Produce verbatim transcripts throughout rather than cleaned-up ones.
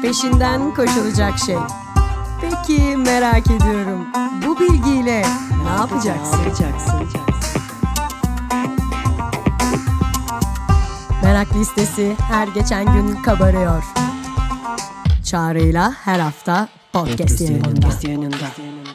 peşinden koşulacak şey. Peki merak ediyorum, bu bilgiyle ne yapacaksın? Ne yapacaksın? Merak listesi her geçen gün kabarıyor. Çağrı'yla her hafta podcast yayınında.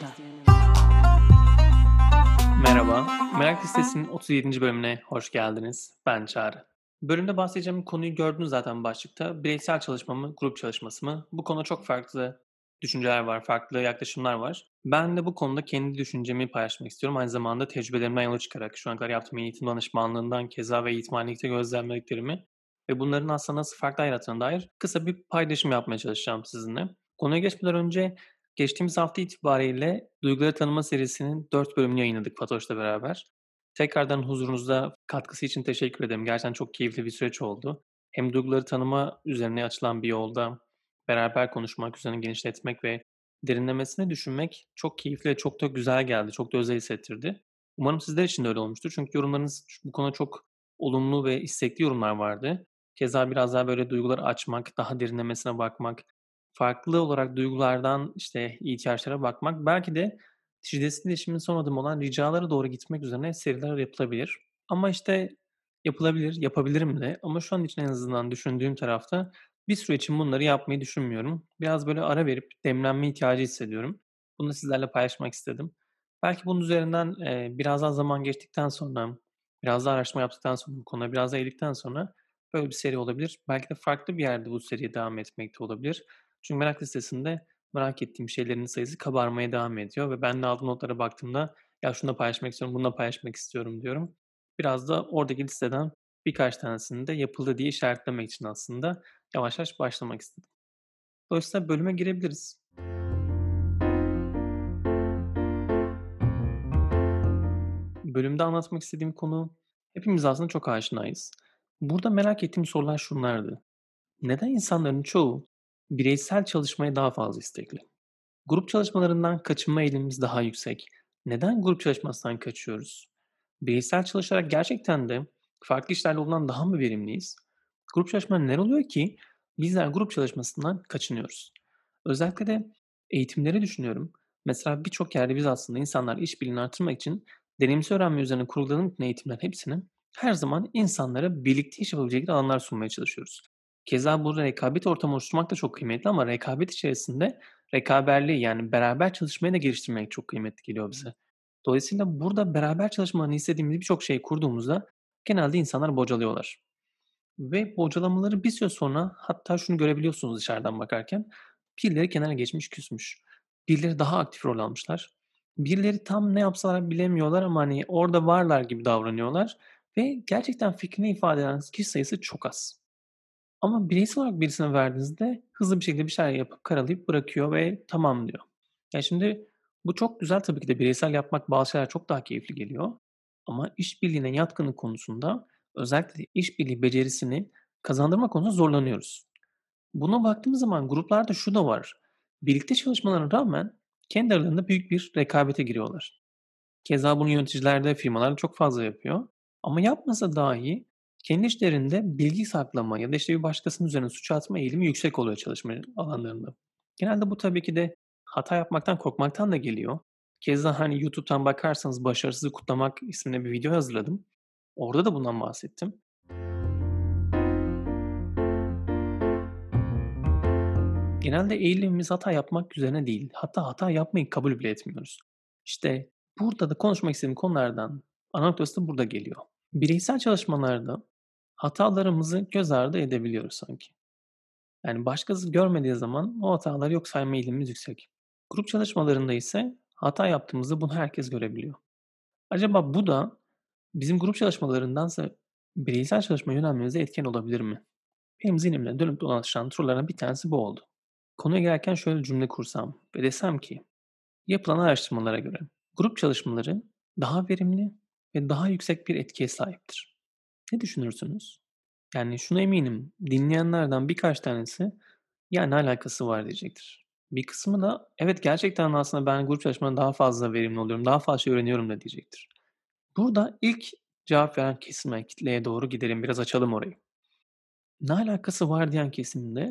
Merhaba, Merak Listesi'nin otuz yedinci bölümüne hoş geldiniz. Ben Çağrı. Bölümde bahsedeceğim konuyu gördünüz zaten başlıkta. Bireysel çalışma mı, grup çalışması mı? Bu konuda çok farklı düşünceler var, farklı yaklaşımlar var. Ben de bu konuda kendi düşüncemi paylaşmak istiyorum. Aynı zamanda tecrübelerimden yola çıkarak şu ana kadar yaptığım eğitim danışmanlığından keza ve eğitmenlikte gözlemlediklerimi ve bunların aslında nasıl farklı yarattığına dair kısa bir paylaşım yapmaya çalışacağım sizinle. Konuya geçmeden önce geçtiğimiz hafta itibariyle Duyguları Tanıma serisinin dört bölümünü yayınladık Fatoş'la beraber. Tekrardan huzurunuzda katkısı için teşekkür ederim. Gerçekten çok keyifli bir süreç oldu. Hem duyguları tanıma üzerine açılan bir yolda beraber konuşmak, üzerine genişletmek ve derinlemesine düşünmek çok keyifli ve çok da güzel geldi. Çok da özel hissettirdi. Umarım sizler için de öyle olmuştur. Çünkü yorumlarınız bu konuda çok olumlu ve istekli yorumlar vardı. Keza biraz daha böyle duyguları açmak, daha derinlemesine bakmak, farklı olarak duygulardan işte ihtiyaçlara bakmak, belki de şiddetsiz iletişimin son adımı olan ricalara doğru gitmek üzerine seriler yapılabilir. Ama işte yapılabilir, yapabilirim de. Ama şu an için en azından düşündüğüm tarafta bir süre için bunları yapmayı düşünmüyorum. Biraz böyle ara verip demlenme ihtiyacı hissediyorum. Bunu da sizlerle paylaşmak istedim. Belki bunun üzerinden e, biraz daha zaman geçtikten sonra, biraz daha araştırma yaptıktan sonra, bu konuda biraz daha eğildikten sonra böyle bir seri olabilir. Belki de farklı bir yerde bu seriye devam etmek de olabilir. Çünkü merak listesinde merak ettiğim şeylerin sayısı kabarmaya devam ediyor ve ben de aldığım notlara baktığımda ya şunu da paylaşmak istiyorum, bunu da paylaşmak istiyorum diyorum. Biraz da oradaki listeden birkaç tanesini de yapıldı diye işaretlemek için aslında yavaş yavaş başlamak istedim. Dolayısıyla bölüme girebiliriz. Bölümde anlatmak istediğim konu hepimiz aslında çok aşinayız. Burada merak ettiğim sorular şunlardı. Neden insanların çoğu bireysel çalışmaya daha fazla istekli? Grup çalışmalarından kaçınma eğilimimiz daha yüksek. Neden grup çalışmasından kaçıyoruz? Bireysel çalışarak gerçekten de farklı işlerle olan daha mı verimliyiz? Grup çalışmaları neler oluyor ki bizler grup çalışmasından kaçınıyoruz? Özellikle de eğitimleri düşünüyorum. Mesela birçok yerde biz aslında insanlar işbirliğini artırmak için deneyimsel öğrenme üzerine kurguladığımız eğitimler hepsini her zaman insanlara birlikte iş yapabilecekleri alanlar sunmaya çalışıyoruz. Keza burada rekabet ortamı oluşturmak da çok kıymetli ama rekabet içerisinde rekaberliği yani beraber çalışmayı da geliştirmek çok kıymetli geliyor bize. Dolayısıyla burada beraber çalışmanı istediğimiz birçok şey kurduğumuzda genelde insanlar bocalıyorlar. Ve bocalamaları bir süre sonra hatta şunu görebiliyorsunuz dışarıdan bakarken birileri kenara geçmiş küsmüş. Birileri daha aktif rol almışlar. Birileri tam ne yapsalar bilemiyorlar ama hani orada varlar gibi davranıyorlar ve gerçekten fikrini ifade eden kişi sayısı çok az. Ama bireysel olarak birisine verdiğinizde hızlı bir şekilde bir şeyler yapıp karalayıp bırakıyor ve tamam diyor. Ya şimdi bu çok güzel tabii ki de bireysel yapmak bazı şeyler çok daha keyifli geliyor. Ama işbirliğine yatkınlık konusunda özellikle de işbirliği becerisini kazandırma konusunda zorlanıyoruz. Buna baktığımız zaman gruplarda şu da var. Birlikte çalışmalarına rağmen kendi aralarında büyük bir rekabete giriyorlar. Keza bunu yöneticiler de firmalar da çok fazla yapıyor. Ama yapmasa dahi kendi işlerinde bilgi saklama ya da işte bir başkasının üzerine suç atma eğilimi yüksek oluyor çalışma alanlarında. Genelde bu tabii ki de hata yapmaktan korkmaktan da geliyor. Keza hani YouTube'dan bakarsanız Başarısızı Kutlamak isminde bir video hazırladım. Orada da bundan bahsettim. Genelde eğilimimiz hata yapmak üzerine değil. Hatta hata yapmayı kabul bile etmiyoruz. İşte burada da konuşmak istediğim konulardan ana noktası da burada geliyor. Bireysel çalışmalarda hatalarımızı göz ardı edebiliyoruz sanki. Yani başkası görmediği zaman o hataları yok sayma eğilimimiz yüksek. Grup çalışmalarında ise hata yaptığımızda bunu herkes görebiliyor. Acaba bu da bizim grup çalışmalarındansa bireysel çalışma yönelmemize etken olabilir mi? Benim zihnimde dönüp dolaşan sorulardan bir tanesi bu oldu. Konuya girerken şöyle bir cümle kursam ve desem ki yapılan araştırmalara göre grup çalışmaları daha verimli ve daha yüksek bir etkiye sahiptir. Ne düşünürsünüz? Yani şuna eminim, dinleyenlerden birkaç tanesi ya ne alakası var diyecektir. Bir kısmı da evet gerçekten aslında ben grup çalışmalarında daha fazla verimli oluyorum, daha fazla şey öğreniyorum da diyecektir. Burada ilk cevap veren kesime, kitleye doğru gidelim, biraz açalım orayı. Ne alakası var diyen kesimde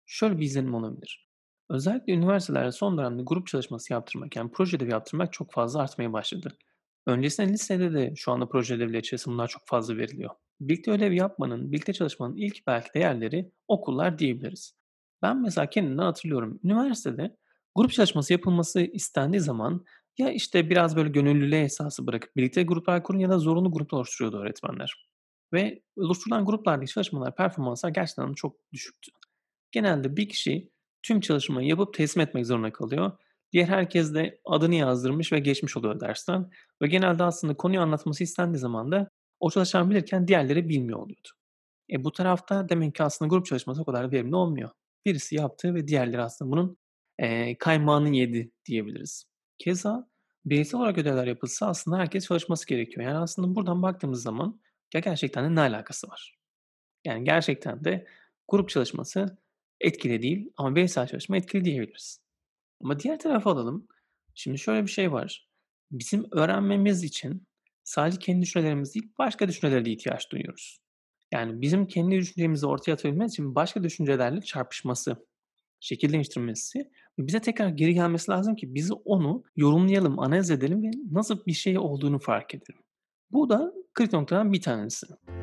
Şöyle bir izlenim olabilir. Özellikle üniversitelerde son dönemde grup çalışması yaptırmak, yani proje ödevi yaptırmak çok fazla artmaya başladı. Öncesinde lisede de şu anda proje ödevleri içerisinde bunlar çok fazla veriliyor. Birlikte ödev yapmanın, birlikte çalışmanın ilk belki değerleri okullar diyebiliriz. Ben mesela kendimden hatırlıyorum. Üniversitede grup çalışması yapılması istendiği zaman ya işte biraz böyle gönüllülüğe esası bırakıp birlikte gruplar kurun ya da zorunlu gruplar oluşturuyordu öğretmenler. Ve oluşturulan gruplardaki çalışmalar, performanslar gerçekten çok düşüktü. Genelde bir kişi tüm çalışmayı yapıp teslim etmek zorunda kalıyor. Diğer herkes de adını yazdırmış ve geçmiş oluyor dersten ve genelde aslında konuyu anlatması istendiği zaman da o çalışan bilirken diğerleri bilmiyor oluyordu. E, bu tarafta demek ki aslında grup çalışması o kadar verimli olmuyor. Birisi yaptı ve diğerleri aslında bunun, eee, kaymağını yedi diyebiliriz. Keza bireysel olarak ödevler yapılsa aslında herkes çalışması gerekiyor. Yani aslında buradan baktığımız zaman ya gerçekten de ne alakası var? Yani gerçekten de grup çalışması etkili değil ama bireysel çalışma etkili diyebiliriz. Ama diğer tarafa alalım. Şimdi şöyle bir şey var. Bizim öğrenmemiz için sadece kendi düşüncelerimiz değil, başka düşüncelere de ihtiyaç duyuyoruz. Yani bizim kendi düşüncemizi ortaya atabilmemiz için başka düşüncelerle çarpışması, şekil değiştirmesi ve bize tekrar geri gelmesi lazım ki biz onu yorumlayalım, analiz edelim ve nasıl bir şey olduğunu fark edelim. Bu da kritik noktadan bir tanesi.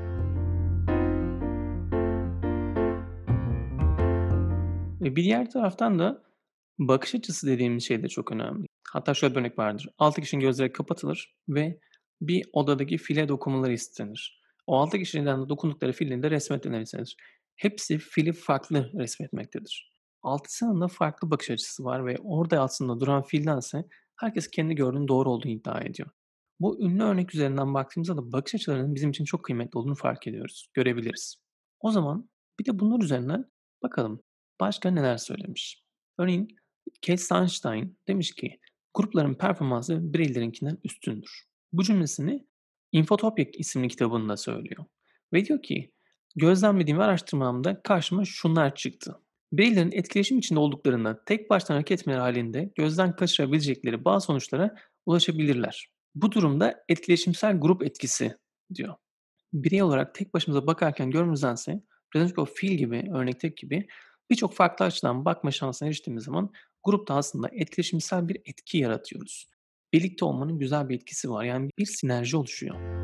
Ve bir diğer taraftan da bakış açısı dediğimiz şey de çok önemli. Hatta şöyle bir örnek vardır. altı kişinin gözleri kapatılır ve bir odadaki file dokumaları istenir. O altı kişiden de dokundukları filin de resmetmeleri istenir. Hepsi fili farklı resmetmektedir. altısının da farklı bakış açısı var ve orada aslında duran fildense herkes kendi gördüğünün doğru olduğunu iddia ediyor. Bu ünlü örnek üzerinden baktığımızda da bakış açılarının bizim için çok kıymetli olduğunu fark ediyoruz, görebiliriz. O zaman bir de bunlar üzerinden bakalım başka neler söylemiş. Örneğin Case Sunstein demiş ki grupların performansı bireylerinkinden üstündür. Bu cümlesini Infotopia isimli kitabında söylüyor. Ve diyor ki gözlemlediğim ve araştırmamda karşıma şunlar çıktı. Bireylerin etkileşim içinde olduklarında tek başına hareket etmeleri halinde gözden kaçırabilecekleri bazı sonuçlara ulaşabilirler. Bu durumda etkileşimsel grup etkisi diyor. Birey olarak tek başımıza bakarken görmemizdense biraz önceki o fil gibi, örnekteki gibi birçok farklı açıdan bakma şansına eriştiğimiz zaman grupta aslında etkileşimsel bir etki yaratıyoruz. Birlikte olmanın güzel bir etkisi var. Yani bir sinerji oluşuyor.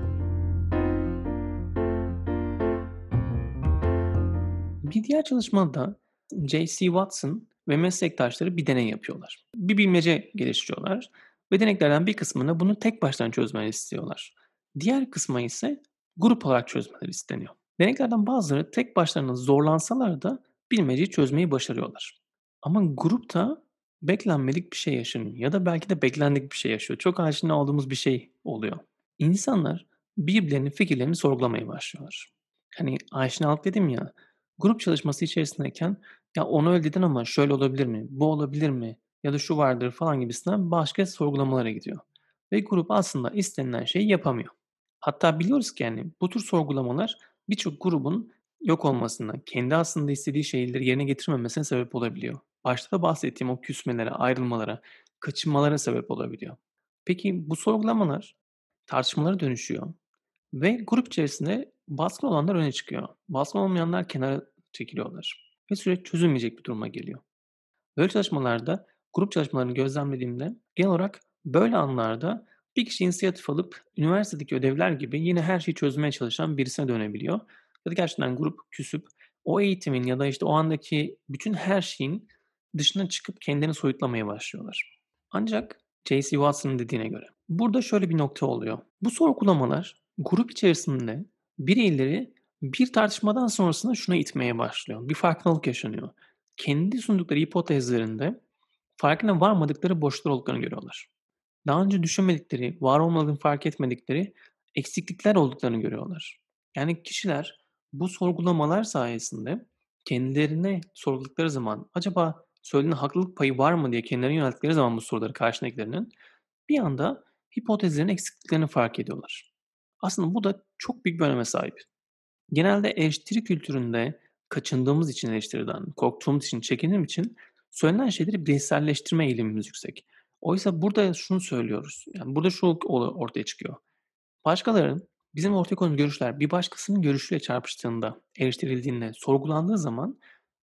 Bir diğer çalışmada J C. Watson ve meslektaşları bir deney yapıyorlar. Bir bilmece geliştiriyorlar ve deneklerden bir kısmını bunu tek başlarına çözmeleri istiyorlar. Diğer kısma ise grup olarak çözmeleri isteniyor. Deneklerden bazıları tek başlarına zorlansalar da bilmeceyi çözmeyi başarıyorlar. Ama grupta beklenmedik bir şey yaşanıyor ya da belki de beklendik bir şey yaşıyor. Çok aşina olduğumuz bir şey oluyor. İnsanlar birbirlerinin fikirlerini sorgulamaya başlıyorlar. Hani aşinalık dedim ya, grup çalışması içerisindeyken ya onu öyle dedin ama şöyle olabilir mi, bu olabilir mi ya da şu vardır falan gibisinden başka sorgulamalara gidiyor. Ve grup aslında istenilen şeyi yapamıyor. Hatta biliyoruz ki yani bu tür sorgulamalar birçok grubun yok olmasına, kendi aslında istediği şeyleri yerine getirmemesine sebep olabiliyor. Başta da bahsettiğim o küsmelere, ayrılmalara, kaçınmalara sebep olabiliyor. Peki bu sorgulamalar tartışmalara dönüşüyor ve grup içerisinde baskın olanlar öne çıkıyor. Baskın olmayanlar kenara çekiliyorlar ve süreç çözülmeyecek bir duruma geliyor. Böyle çalışmalarda, grup çalışmalarını gözlemlediğimde genel olarak böyle anlarda bir kişi inisiyatif alıp üniversitedeki ödevler gibi yine her şeyi çözmeye çalışan birisine dönebiliyor. Ya da gerçekten grup küsüp o eğitimin ya da işte o andaki bütün her şeyin dışına çıkıp kendini soyutlamaya başlıyorlar. Ancak J C. Watson'ın dediğine göre burada şöyle bir nokta oluyor. Bu sorgulamalar grup içerisinde bireyleri bir tartışmadan sonrasında şuna itmeye başlıyor. Bir farkındalık yaşanıyor. Kendi sundukları hipotezlerinde farkına varmadıkları boşluklar olduklarını görüyorlar. Daha önce düşünmedikleri, var olmadığını fark etmedikleri eksiklikler olduklarını görüyorlar. Yani kişiler bu sorgulamalar sayesinde kendilerine sordukları zaman acaba söylediğin haklılık payı var mı diye kendilerine yönelttikleri zaman bu soruları karşındakilerinin bir anda hipotezlerin eksikliklerini fark ediyorlar. Aslında bu da çok büyük bir öneme sahip. Genelde eleştiri kültüründe kaçındığımız için eleştiriden, korktuğumuz için, çekindiğim için söylenen şeyleri bireyselleştirme eğilimimiz yüksek. Oysa burada şunu söylüyoruz. Yani burada şu ol- ortaya çıkıyor. Başkalarının bizim ortaya koyduğumuz görüşler bir başkasının görüşüyle çarpıştığında, eleştirildiğinde, sorgulandığı zaman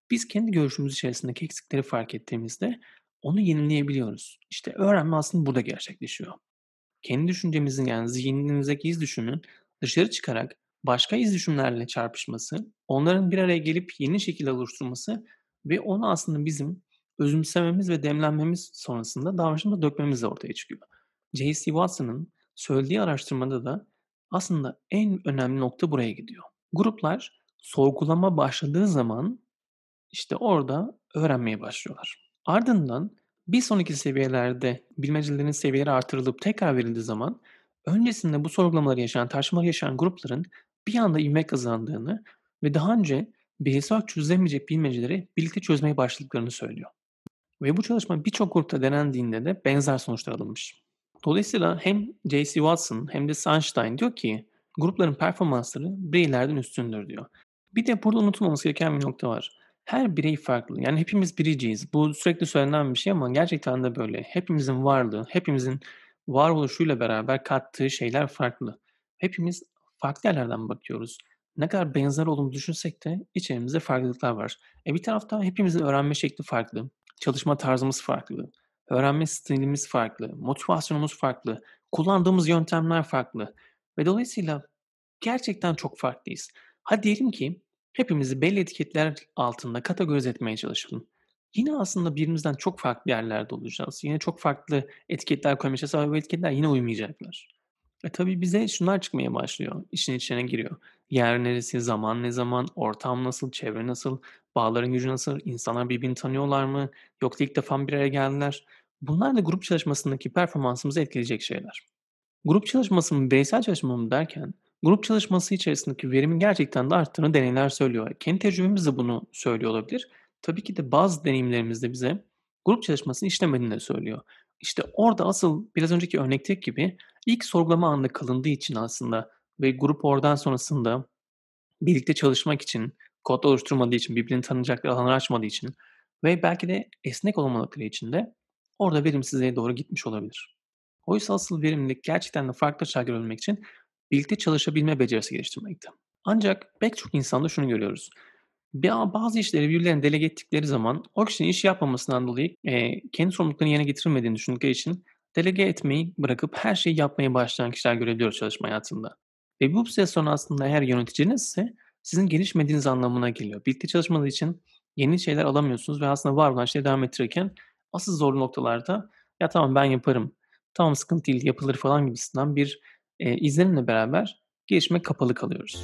Biz kendi görüşümüz içerisindeki eksikleri fark ettiğimizde onu yenileyebiliyoruz. İşte öğrenme aslında burada gerçekleşiyor. Kendi düşüncemizin, yani zihninizdeki iz düşümün dışarı çıkarak başka iz düşümlerle çarpışması, onların bir araya gelip yeni şekiller oluşturması ve onu aslında bizim özümsememiz ve demlenmemiz sonrasında davranışımıza dökmemiz de ortaya çıkıyor. J C. Watson'ın söylediği araştırmada da aslında en önemli nokta buraya gidiyor. Gruplar sorgulama başladığı zaman işte orada öğrenmeye başlıyorlar. Ardından bir sonraki seviyelerde bilmecelerin seviyeleri artırılıp tekrar verildiği zaman öncesinde bu sorgulamaları yaşayan, tartışmaları yaşayan grupların bir anda ivme kazandığını ve daha önce bireysel olarak çözülemeyecek bilmeceleri birlikte çözmeye başladıklarını söylüyor. Ve bu çalışma birçok grupta denendiğinde de benzer sonuçlar alınmış. Dolayısıyla hem J C. Watson hem de Sunstein diyor ki grupların performansları bireylerden üstündür diyor. Bir de burada unutulmaması gereken bir nokta var. Her birey farklı. Yani hepimiz biriciyiz. Bu sürekli söylenen bir şey ama gerçekten de böyle. Hepimizin varlığı, hepimizin varoluşuyla beraber kattığı şeyler farklı. Hepimiz farklı yerlerden bakıyoruz. Ne kadar benzer olduğunu düşünsek de içerimizde farklılıklar var. E bir taraftan hepimizin öğrenme şekli farklı. Çalışma tarzımız farklı. Öğrenme stilimiz farklı. Motivasyonumuz farklı. Kullandığımız yöntemler farklı. Ve dolayısıyla gerçekten çok farklıyız. Hadi diyelim ki hepimizi belli etiketler altında kategorize etmeye çalışalım. Yine aslında birbirimizden çok farklı yerlerde olacağız. Yine çok farklı etiketler koymaya çalışacağız ama bu etiketler yine uymayacaklar. E tabii bize şunlar çıkmaya başlıyor, işin içine giriyor. Yer neresi, zaman ne zaman, ortam nasıl, çevre nasıl, bağların gücü nasıl, insanlar birbirini tanıyorlar mı, yoksa ilk defa mı bir araya geldiler? Bunlar da grup çalışmasındaki performansımızı etkileyecek şeyler. Grup çalışması mı, bireysel çalışma mı derken, grup çalışması içerisindeki verimin gerçekten de arttığını deneyler söylüyor. Kendi tecrübemiz de bunu söylüyor olabilir. Tabii ki de bazı deneyimlerimiz de bize grup çalışmasını işlemediğini de söylüyor. İşte orada asıl biraz önceki örnekteki gibi ilk sorgulama anında kalındığı için aslında ve grup oradan sonrasında birlikte çalışmak için, kod oluşturmadığı için, birbirini tanıyacakları alanlar açmadığı için ve belki de esnek olamadıkları için de orada verimsizliğe doğru gitmiş olabilir. Oysa asıl verimlilik gerçekten de farklı açılar görebilmek için birlikte çalışabilme becerisi geliştirmekte. Ancak pek çok insanda şunu görüyoruz. Ba bazı işleri birilerine delege ettikleri zaman o kişinin iş yapmamasından dolayı, eee, kendi sorumluluklarını yerine getirmediğini düşündükleri için delege etmeyi bırakıp her şeyi yapmaya başlayan kişiler görebiliyoruz çalışma hayatında. Ve bu bir süre sonra aslında eğer yöneticinizse sizin gelişmediğiniz anlamına geliyor. Birlikte çalışmadığı için yeni şeyler alamıyorsunuz ve aslında var olan şeyi devam ettirirken asıl zorlu noktalarda "Ya, tamam ben yaparım, tamam sıkıntı değil, yapılır." falan gibisinden bir, eee, izlenimle beraber gelişime kapalı kalıyoruz.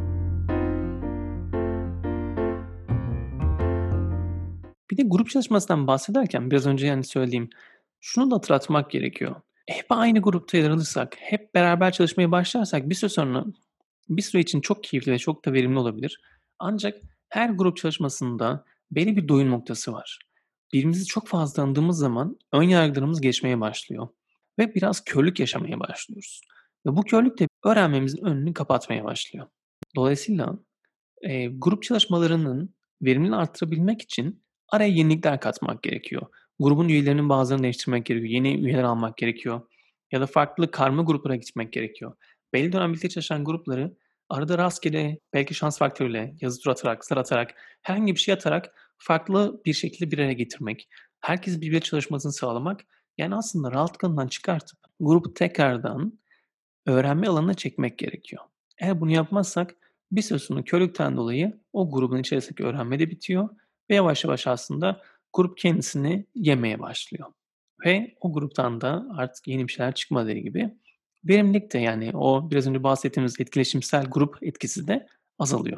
Bir de grup çalışmasından bahsederken biraz önce, yani, söylediğim şunu da hatırlatmak gerekiyor. Hep aynı grupta yer alırsak, hep beraber çalışmaya başlarsak bir süre sonra bir süre için çok keyifli ve çok da verimli olabilir. Ancak her grup çalışmasında belli bir doyum noktası var. Birbirimizi çok fazla tanıdığımız zaman ön yargılarımız geçmeye başlıyor ve biraz körlük yaşamaya başlıyoruz. Ve bu körlük de öğrenmemizin önünü kapatmaya başlıyor. Dolayısıyla Eee, grup çalışmalarının verimini arttırabilmek için araya yenilikler katmak gerekiyor. Grubun üyelerinin bazılarını değiştirmek gerekiyor. Yeni üyeler almak gerekiyor. Ya da farklı karma gruplara gitmek gerekiyor. Belli dönem birlikte çalışan grupları arada rastgele, belki şans faktörüyle, yazı tur atarak, zar atarak, herhangi bir şey atarak farklı bir şekilde bir araya getirmek. Herkes birbiriyle çalışmasını sağlamak. Yani aslında rahatlıklarından çıkartıp grubu tekrardan öğrenme alanına çekmek gerekiyor. Eğer bunu yapmazsak bir süre sonra körlükten dolayı o grubun içerisindeki öğrenme de bitiyor ve yavaş yavaş aslında grup kendisini yemeye başlıyor. Ve o gruptan da artık yeni bir şeyler çıkmadığı gibi verimlilik de, yani o biraz önce bahsettiğimiz etkileşimsel grup etkisi de azalıyor.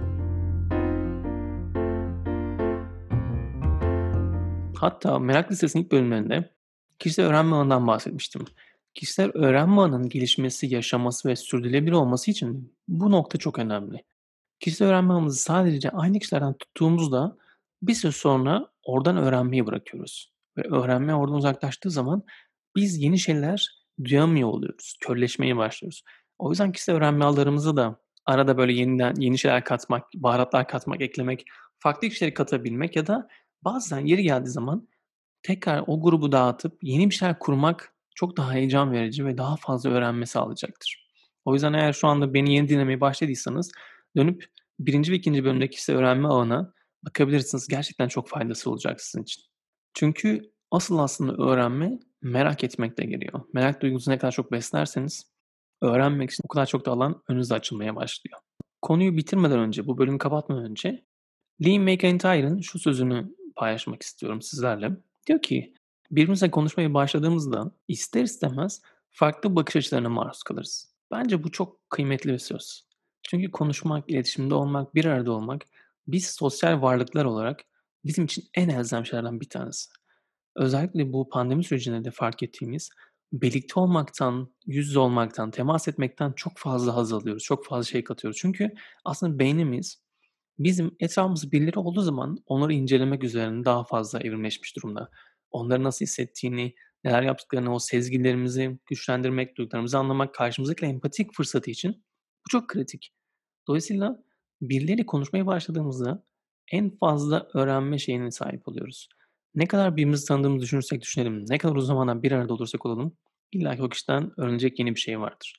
Hatta merak listesinin ilk bölümlerinde kişisel öğrenme ağından bahsetmiştim. Kişisel öğrenme ağının gelişmesi, yaşaması ve sürdürülebilir olması için bu nokta çok önemli. Kişisel öğrenme ağımızı sadece aynı kişilerden tuttuğumuzda bir süre sonra oradan öğrenmeyi bırakıyoruz. Ve öğrenme oradan uzaklaştığı zaman biz yeni şeyler duyamıyor oluyoruz. Körleşmeye başlıyoruz. O yüzden kişisel öğrenme ağlarımıza da arada böyle yeniden yeni şeyler katmak, baharatlar katmak, eklemek, farklı kişileri katabilmek ya da bazen yeri geldiği zaman tekrar o grubu dağıtıp yeni bir şeyler kurmak çok daha heyecan verici ve daha fazla öğrenme sağlayacaktır. O yüzden eğer şu anda beni yeni dinlemeye başladıysanız dönüp birinci ve ikinci bölümdeki kişisel öğrenme ağına Bakabilirsiniz, gerçekten çok faydası olacak sizin için. Çünkü asıl aslında öğrenme merak etmekle geliyor. Merak duygunuzu ne kadar çok beslerseniz öğrenmek için o kadar çok da alan önünüze açılmaya başlıyor. Konuyu bitirmeden önce, bu bölümü kapatmadan önce Lee McEntire'ın şu sözünü paylaşmak istiyorum sizlerle. Diyor ki, birbirimizle konuşmaya başladığımızda ister istemez farklı bakış açılarına maruz kalırız. Bence bu çok kıymetli bir söz. Çünkü konuşmak, iletişimde olmak, bir arada olmak biz sosyal varlıklar olarak bizim için en elzem şeylerden bir tanesi. Özellikle bu pandemi sürecinde de fark ettiğimiz birlikte olmaktan, yüz yüze olmaktan, temas etmekten çok fazla haz alıyoruz. Çok fazla şey katıyoruz. Çünkü aslında beynimiz bizim etrafımızda birileri olduğu zaman onları incelemek üzerine daha fazla evrimleşmiş durumda. Onların nasıl hissettiğini, neler yaptıklarını, o sezgilerimizi güçlendirmek, duygularımızı anlamak, karşımızdakiyle empatik fırsatı için bu çok kritik. Dolayısıyla birileriyle konuşmaya başladığımızda en fazla öğrenme şeyine sahip oluyoruz. Ne kadar birbirimizi tanıdığımızı düşünürsek düşünelim, ne kadar uzun zamandan bir arada olursak olalım, illa ki o kişiden öğrenecek yeni bir şey vardır.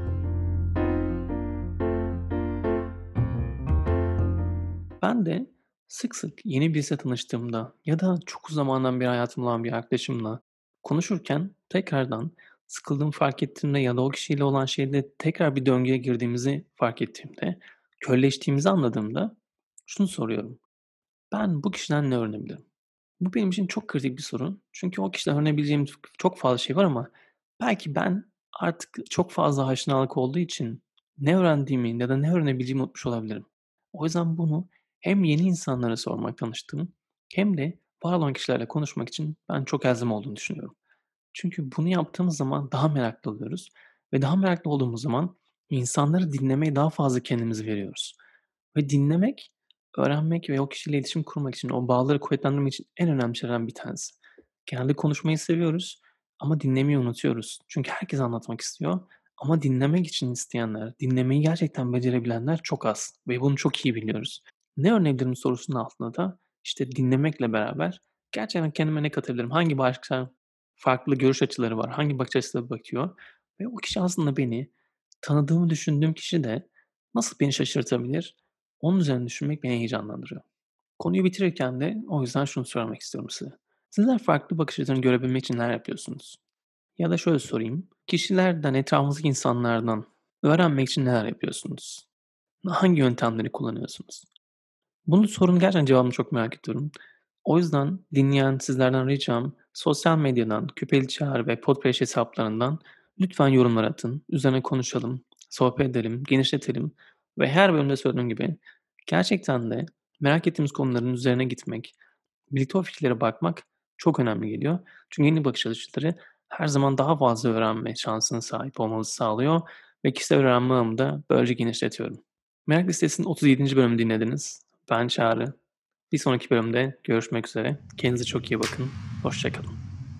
Ben de sık sık yeni birisiyle tanıştığımda ya da çok uzun zamandan beri hayatımda olan bir arkadaşımla konuşurken tekrardan sıkıldığımı fark ettiğimde ya da o kişiyle olan şeyde tekrar bir döngüye girdiğimizi fark ettiğimde, kölleştiğimizi anladığımda şunu soruyorum. Ben bu kişiden ne öğrenebilirim? Bu benim için çok kritik bir soru. Çünkü o kişiden öğrenebileceğim çok fazla şey var ama belki ben artık çok fazla aşinalık olduğu için ne öğrendiğimi ya da ne öğrenebileceğimi unutmuş olabilirim. O yüzden bunu hem yeni insanlara sormak, tanıştığım hem de var olan kişilerle konuşmak için ben çok elzem olduğunu düşünüyorum. Çünkü bunu yaptığımız zaman daha meraklı oluyoruz ve daha meraklı olduğumuz zaman insanları dinlemeye daha fazla kendimizi veriyoruz. Ve dinlemek, öğrenmek ve o kişiyle iletişim kurmak için, o bağları kuvvetlendirmek için en önemli şeylerden bir tanesi. Genelde konuşmayı seviyoruz ama dinlemeyi unutuyoruz. Çünkü herkes anlatmak istiyor ama dinlemek için isteyenler, dinlemeyi gerçekten becerebilenler çok az ve bunu çok iyi biliyoruz. Ne öğrenebilirim sorusunun altında da işte dinlemekle beraber gerçekten kendime ne katabilirim? Hangi başka farklı görüş açıları var? Hangi bakış açısı bakıyor? Ve o kişi aslında beni, tanıdığımı düşündüğüm kişi de nasıl beni şaşırtabilir? Onun üzerine düşünmek beni heyecanlandırıyor. Konuyu bitirirken de o yüzden şunu sormak istiyorum size. Sizler farklı bakış açılarını görebilmek için neler yapıyorsunuz? Ya da şöyle sorayım. Kişilerden, etrafınızdaki insanlardan öğrenmek için neler yapıyorsunuz? Hangi yöntemleri kullanıyorsunuz? Bunun sorunun gerçekten cevabını çok merak ediyorum. O yüzden dinleyen sizlerden ricam sosyal medyadan, Küpeli Çağrı ve Podfresh hesaplarından lütfen yorumlar atın. Üzerine konuşalım, sohbet edelim, genişletelim ve her bölümde söylediğim gibi gerçekten de merak ettiğimiz konuların üzerine gitmek, birlikte o fikirlere bakmak çok önemli geliyor. Çünkü yeni bakış açıları her zaman daha fazla öğrenme şansına sahip olmanızı sağlıyor ve kişisel öğrenme ağımı da böylece genişletiyorum. Merak Listesi'nin otuz yedinci bölümünü dinlediniz. Ben Çağrı. Bir sonraki bölümde görüşmek üzere. Kendinize çok iyi bakın. Hoşça kalın.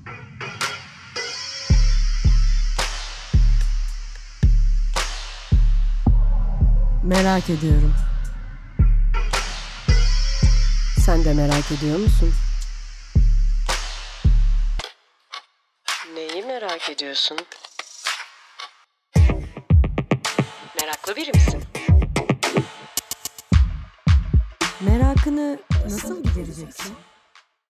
Merak ediyorum. Sen de merak ediyor musun? Neyi merak ediyorsun? Meraklı biri misin? Merakını nasıl gidereceksin?